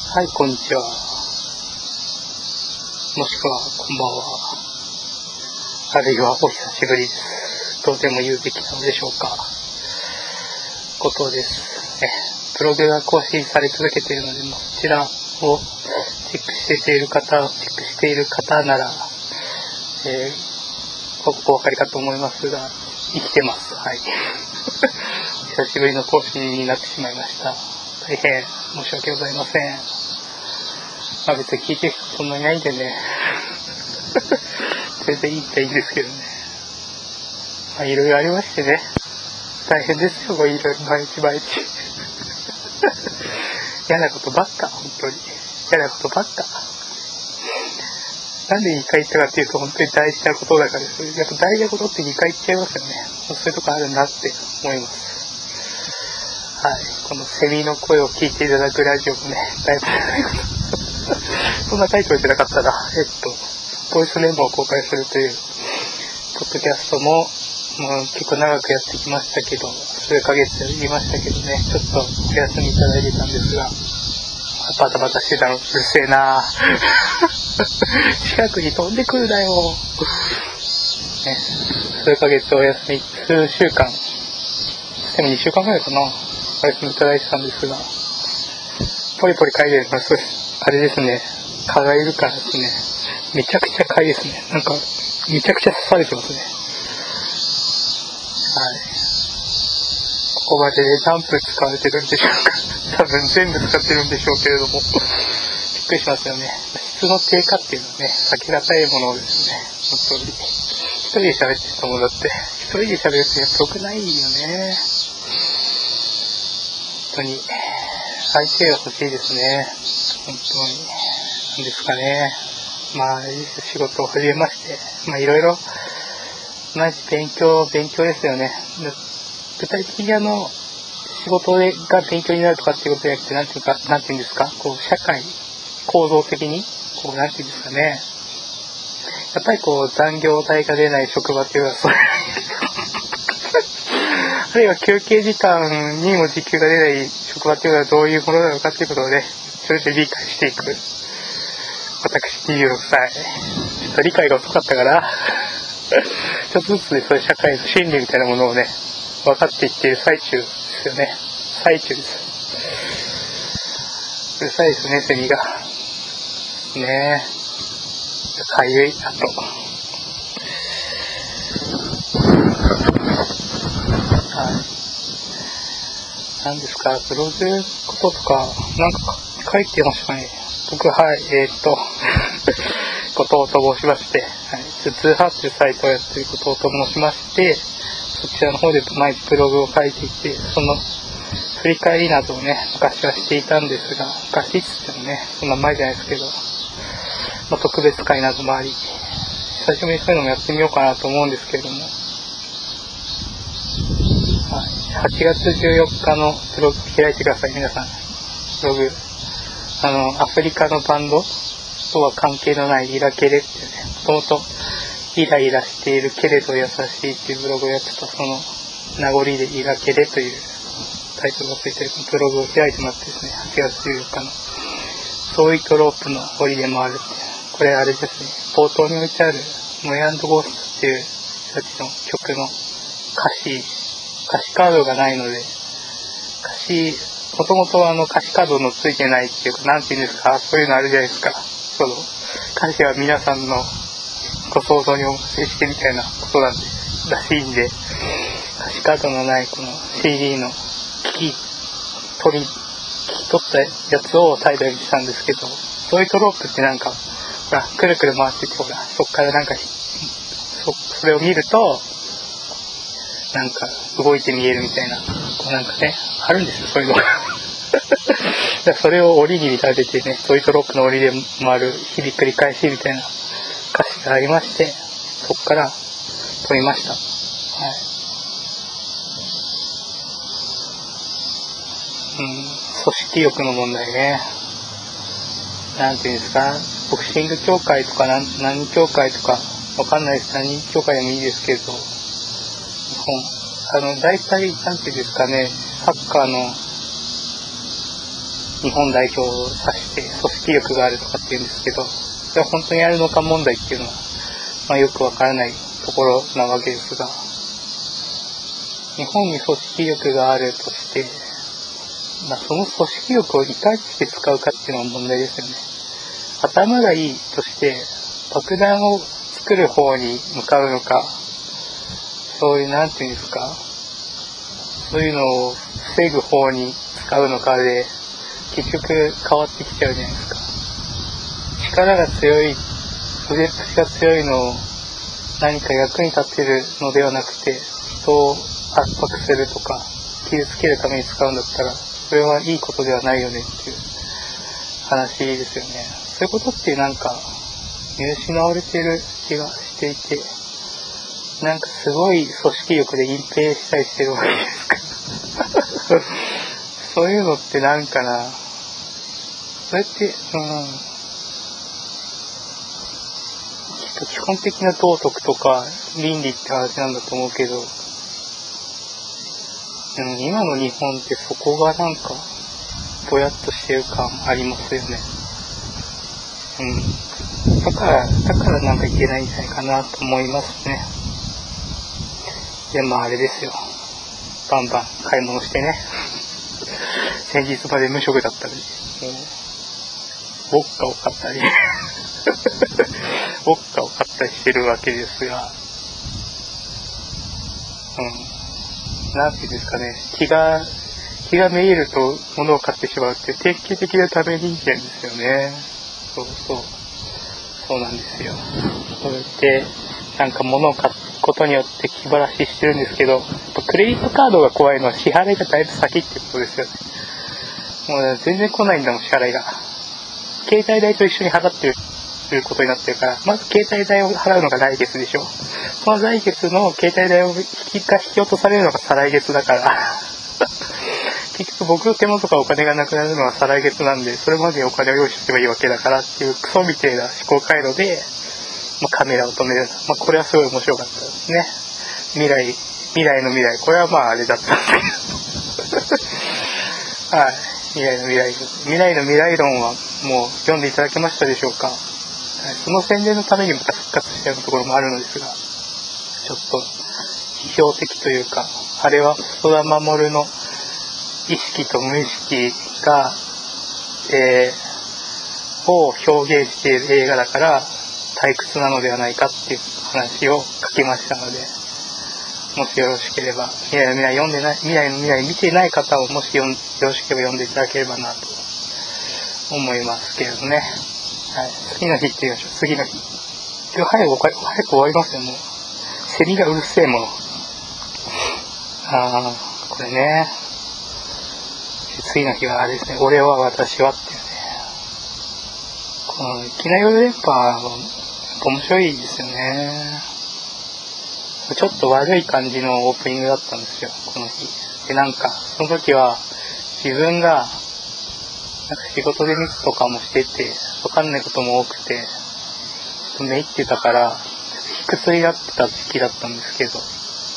はい、こんにちは。もしくは、こんばんは。あるいは、お久しぶりです。とでも言うべきなのでしょうか。後藤です。ブログが更新され続けているので、そちらをチェックしている方なら、お分かりかと思いますが、生きてます。はい。久しぶりの更新になってしまいました。大変申し訳ございません。まあ別に聞いてる人そんなにいないんでね全然いいっちゃいいんですけどね。まあいろいろありましてね、大変ですよ。いろいろ毎日嫌なことばっか、本当に嫌なことばっか。なんで2回言ったかっていうと、本当に大事なことだからです。やっぱ大事なことって2回言っちゃいますよね。そういうとこあるなって思います。はい、このセミの声を聞いていただくラジオもね、だいぶそんなタイトルじゃなかったら、ボイスメモを公開するというポッドキャストも、結構長くやってきましたけど、数ヶ月やりましたけどね、ちょっとお休みいただいてたんですが、バタバタしてたのうるせえな近くに飛んでくるなよ、ね、数ヶ月お休み、数週間、でも2週間ぐらいかな、お休みいただいてたんですが、ポリポリ嗅いでるのはそうです。あれですね、蚊がいるからですね、めちゃくちゃ蚊ですね。なんかめちゃくちゃ刺されてますね。はい。ここまでで何分使われてるんでしょうか。多分全部使ってるんでしょうけれども、びっくりしますよね。質の低下っていうのはね、避けがたいものですね。本当に。一人で喋ってると思う。だって一人で喋るってやっぱ良くないよね。本当に相手が欲しいですね。本当に何ですかね。まあ仕事を始めまして、いろいろ毎日勉強ですよね。具体的に仕事が勉強になるとかっていうことじゃなくて、なんていうんですか、こう社会構造的にこうなんていうんですかね。やっぱりこう残業代が出ない職場っていうのはそうあるいは休憩時間にも時給が出ない職場っていうのはどういうものなのかっていうことをね、それで理解していく。私26歳。ちょっと理解が遅かったからちょっとずつね、そういう社会の心理みたいなものをね、分かっていっている最中ですよね。最中です。うるさいですね、セミが。ねえ。かゆい、あと。はい。何ですか、ブログこととか、なんか書いてましたかね。僕、はい、後藤と申しまして、はい、通販というサイトをやっている後藤と申しまして、そちらの方で毎日ブログを書いていて、その振り返りなどをね、昔はしていたんですが、昔っつってもね、そんな前じゃないですけど、特別会などもあり、久しぶりにそういうのもやってみようかなと思うんですけれども、はい、8月14日のブログ開いてください、皆さん。ブログ。アフリカのバンドとは関係のないイラケレっていうね、もともとイライラしているけれど優しいっていうブログをやってた、その名残でイラケレというタイトルがついているブログを開いてもらってですね、8月14日のソイトロープの檻でもあるっていう、これあれですね、冒頭に置いてあるモヤンドゴーストっていう人たちの曲の歌詞カードがないので、もともと歌詞カードのついてないっていうか、なんていうんですか、そういうのあるじゃないですか。その歌詞は皆さんのご想像にお任せしてみたいなことなんでらしいんで、歌詞カードのないこの CD の聞き取ったやつをタイトルにしたんですけど、ソイトロープってなんかほらくるくる回ってて、ほらそっからなんかそれを見るとなんか動いて見えるみたいな、こうなんかねあるんですよ、そういうのそれを檻に見立ててね、ソイトロープの檻で回る日々繰り返しみたいな歌詞がありまして、そこから取りました。はい。組織欲の問題ね。なんていうんですか、ボクシング協会とか何協会とかわかんないです。何協会でもいいですけど、大体なんていうんですかね、サッカーの日本代表を指して組織力があるとかって言うんですけど、それは本当にあるのか問題っていうのは、よくわからないところなわけですが、日本に組織力があるとして、その組織力をいかにして使うかっていうのが問題ですよね。頭がいいとして爆弾を作る方に向かうのか、そういうなんていうんですか、そういうのを防ぐ方に使うのかで結局変わってきちゃうじゃないですか。力が強い、腕っぷしが強いのを何か役に立てるのではなくて、人を圧迫するとか傷つけるために使うんだったら、それはいいことではないよねっていう話ですよね。そういうことってなんか見失われてる気がしていて、なんかすごい組織力で隠蔽したりしてるわけですかそういうのってなんかな、それって基本的な道徳とか倫理って話なんだと思うけど、今の日本ってそこがなんかぼやっとしてる感ありますよね。だからなんかいけないんじゃないかなと思いますね。で、あれですよ。バンバン買い物してね。先日まで無職だったり、ウォッカを買ったり、ウォッカを買ったりしてるわけですが、なんていうんですかね、気がめいると物を買ってしまうって典型的なため人間ですよね。そうなんですよ。それでなんか物を買うことによって気晴らししてるんですけど、やっぱクレジットカードが怖いのは支払いがだいぶ先ってことですよね。もう全然来ないんだもん、支払いが。携帯代と一緒に払ってることになってるから、まず携帯代を払うのが来月でしょ。その来月の携帯代を引き落とされるのが再来月だから結局僕の手元からお金がなくなるのは再来月なんで、それまでにお金を用意しておけばいいわけだからっていうクソみたいな思考回路で、カメラを止める。これはすごい面白かったですね。未来の未来、これはあれだったんですけどはい、未来の未来論はもう読んでいただけましたでしょうか。はい、その宣伝のためにまた復活したようなところもあるのですが、ちょっと批評的というか、あれは細田守の意識と無意識が、を表現している映画だから退屈なのではないかっていう話を書きましたので、もしよろしければ、未来の未来見てない方をもしよろしければ読んでいただければなと思いますけれどね。はい、次の日って言いましょう。次の日。今日早く終わりますよ、もう。セミがうるせえもの。これね。次の日はあれですね。俺は私はっていうね。このいきなり夜電波は面白いですよね。ちょっと悪い感じのオープニングだったんですよ、この日。で、その時は自分が仕事でミスとかもしてて、わかんないことも多くて、ちょっとめいってたから、卑屈になってた時期だったんですけど、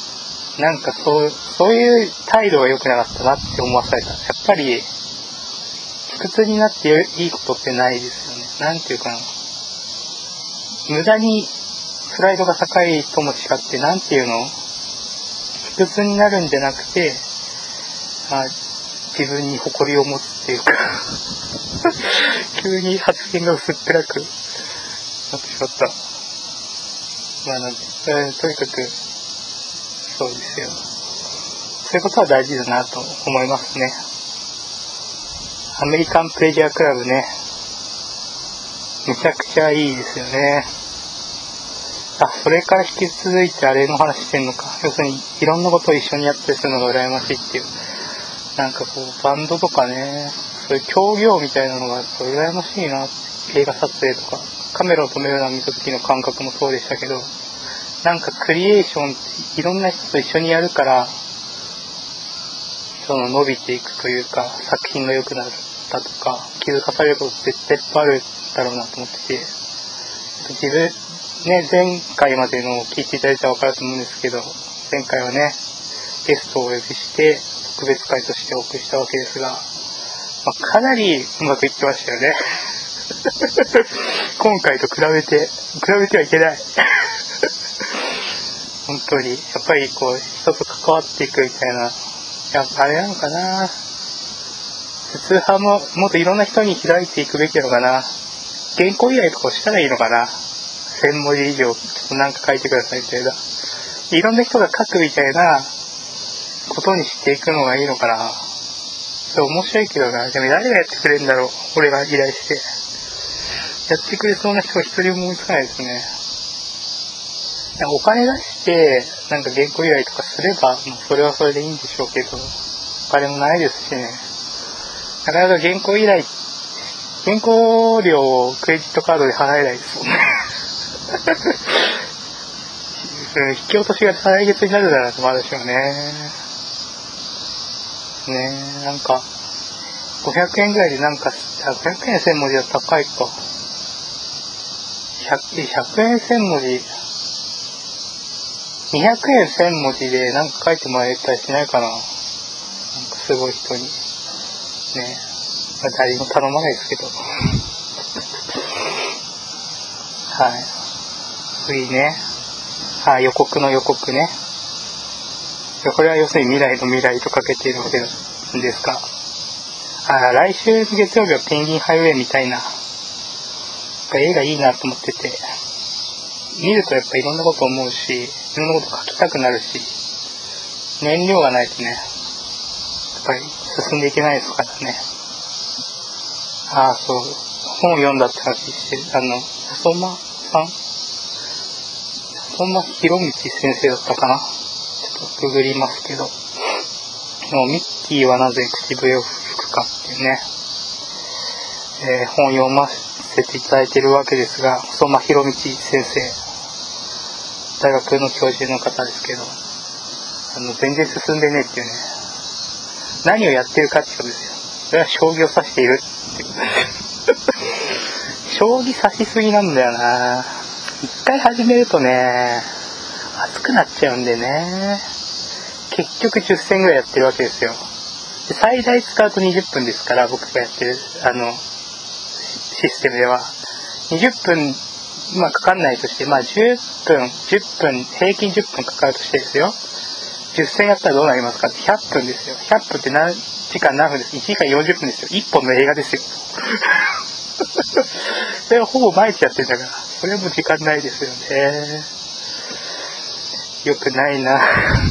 そういう態度が良くなかったなって思わされた。やっぱり、卑屈になっていいことってないですよね。なんていうかな。無駄にプライドが高い人も違って、なんていうの？卑屈になるんじゃなくて、自分に誇りを持つっていうか急に発言が薄っぺらくなってしまった。とにかくそうですよ。そういうことは大事だなと思いますね。アメリカンプレジャークラブね、めちゃくちゃいいですよね。それから引き続いてあれの話してんのか。要するにいろんなことを一緒にやったりするのが羨ましいっていう。バンドとかね、そういう協業みたいなのが羨ましいな。映画撮影とか、カメラを止めるのを見た時の感覚もそうでしたけど、クリエーションっていろんな人と一緒にやるから、伸びていくというか、作品が良くなったとか、気づかされることって絶対あるだろうなと思ってて、自分、前回までのを聞いていただいたら分かると思うんですけど、前回はね、ゲストをお呼びして特別会としてお送りしたわけですが、 かなりうまくいってましたよね。今回と比べてはいけない。本当にやっぱりこう人と関わっていくみたいな、やっぱあれなのかな。普通派ももっといろんな人に開いていくべきなのかな。原稿依頼とかしたらいいのかな。1000文字以上ちょっとなんか書いてくださいみたいな。いろんな人が書くみたいなことにしていくのがいいのかな。そう面白いけどな。でも誰がやってくれるんだろう。俺が依頼してやってくれそうな人が一人も思いつかないですね。お金出してなんか原稿依頼とかすれば、それはそれでいいんでしょうけど、お金もないですしね。なかなか原稿料をクレジットカードで払えないですもんね。引き落としが来月になるならまだしょうね。なんか500円ぐらいでなんか500円1000文字は高いか。100円1000文字200円1000文字でなんか書いてもらえたりしないかな。なんかすごい人にね。誰にも頼まないですけど。はい。次ね。予告ね。これは要するに未来の未来とかけているわけですか。来週月曜日はペンギンハイウェイみたいな映画いいなと思ってて、見るとやっぱいろんなこと思うし、いろんなこと書きたくなるし、燃料がないとね、やっぱり進んでいけないですからね。そう、本を読んだって話して、細間博道先生だったかな。ちょっとググりますけど、ミッキーはなぜ口笛を吹くかっていうね、本を読ませていただいているわけですが、細間博道先生、大学の教授の方ですけど、全然進んでねっていうね、何をやってるかってことですよ。それは将棋を指しているってことです将棋指しすぎなんだよな。一回始めるとね、熱くなっちゃうんでね、結局10戦ぐらいやってるわけですよ。で最大使うと20分ですから、僕がやってるシステムでは20分かかんないとして、10分平均10分かかるとしてですよ、10戦やったらどうなりますかって、100分ですよ。100分って何時間何分です。1時間40分ですよ。1本の映画ですよ。それはほぼ毎日やってるんだから、それも時間ないですよね。よくないな。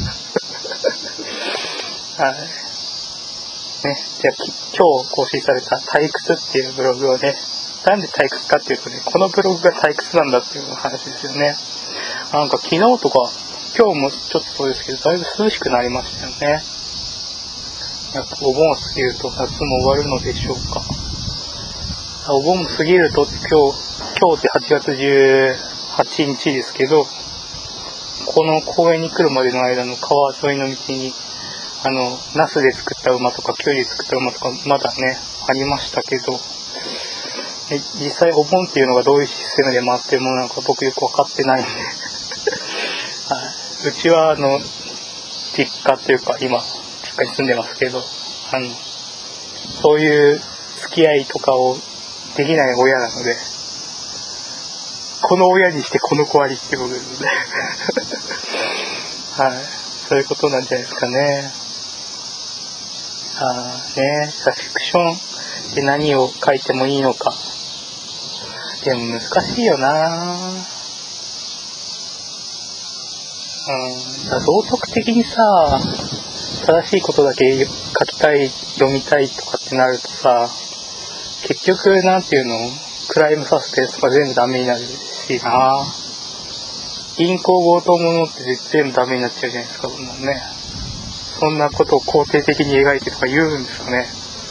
はいね、じゃあ今日更新された退屈っていうブログをね、なんで退屈かっていうとね、このブログが退屈なんだっていう話ですよね。なんか昨日とか今日もちょっとそうですけど、だいぶ涼しくなりましたよね。やっぱお盆を過ぎると夏も終わるのでしょうか。お盆過ぎると今日って8月18日ですけど、この公園に来るまでの間の川沿いの道にナスで作った馬とかキュウリで作った馬とかまだねありましたけど、実際お盆っていうのがどういうシステムで回ってるものなのか僕よく分かってないんでうちは実家というか今実家に住んでますけど、そういう付き合いとかをできない親なので、この親にしてこの子ありってことですねはい、そういうことなんじゃないですかね。フィクションで何を書いてもいいのか、でも難しいよな。道徳的にさ、正しいことだけ書きたい、読みたいとかってなるとさ、結局なんていうの、クライムサスペンスとか全部ダメになるしな。銀行強盗ものって全部ダメになっちゃうじゃないですか、もうね。そんなことを肯定的に描いてとか言うんですかね。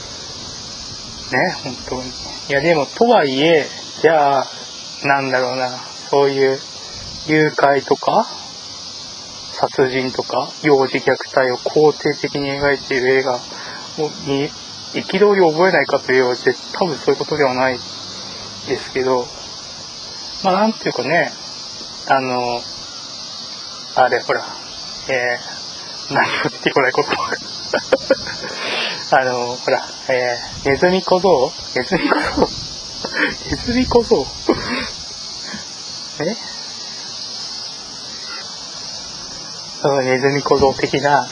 本当に。いやでもとはいえ、じゃあなんだろうな、そういう誘拐とか殺人とか幼児虐待を肯定的に描いている映画に憤りを覚えないかというと多分そういうことではないですけど、なんていうかね、あれほら、何も出てこないことほら、ネズミ小僧ネズミ小僧ネズミ小僧的な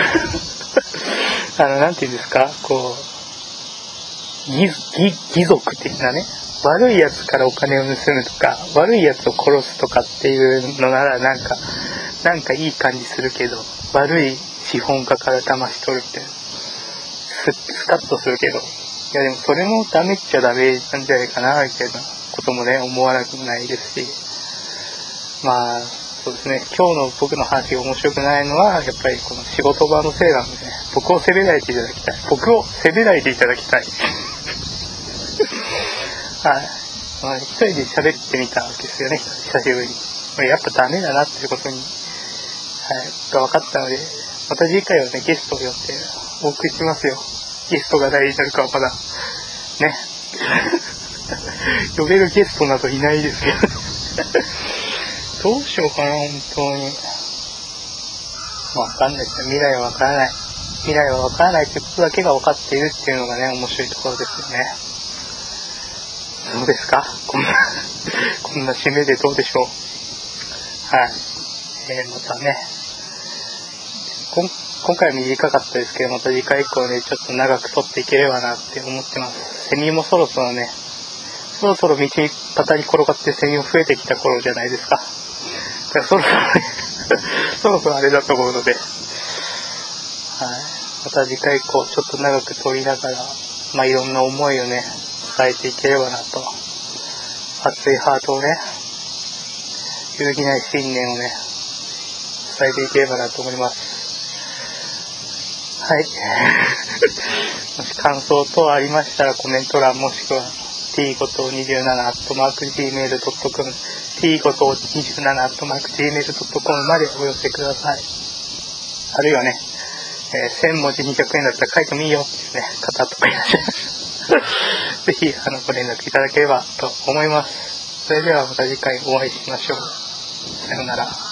なんていうんですか、こう義賊的なね、悪いやつからお金を盗むとか悪いやつを殺すとかっていうのならなんかいい感じするけど、悪い資本家から騙し取るってスカッとするけど、いやでもそれもダメっちゃダメなんじゃないかなみたいなこともね思わなくもないですし、まあそうですね、今日の僕の話が面白くないのはやっぱりこの仕事場のせいなんですね。僕を責めないでいただきたい。はい、一人で喋ってみたわけですよね、久しぶりに。やっぱダメだなっていうことに、が分かったので、また次回はねゲストを呼んでお送りしますよ。ゲストが誰になるかはまだね呼べるゲストなどいないですけどどうしようかな、本当に分かんないですね。未来は分からないということだけが分かっているっていうのがね面白いところですよね。そうですか、こんな締めでどうでしょう。はい、またね今回は短かったですけど、また次回以降ねちょっと長く撮っていければなって思ってます。セミもそろそろ道端に転がってセミも増えてきた頃じゃないですか。だからそろそろあれだと思うので、また次回以降ちょっと長く撮りながら、いろんな思いをね伝えていければなと、熱いハートをね、揺るぎない信念をね伝えていければなと思います。はいもし感想等ありましたらコメント欄もしくは t527@gmail.com t527@gmail.com までお寄せください。あるいはね、1000文字200円だったら書いてもいいよっていうね方とかいらっしゃいましたぜひご連絡いただければと思います。それではまた次回お会いしましょう。さようなら。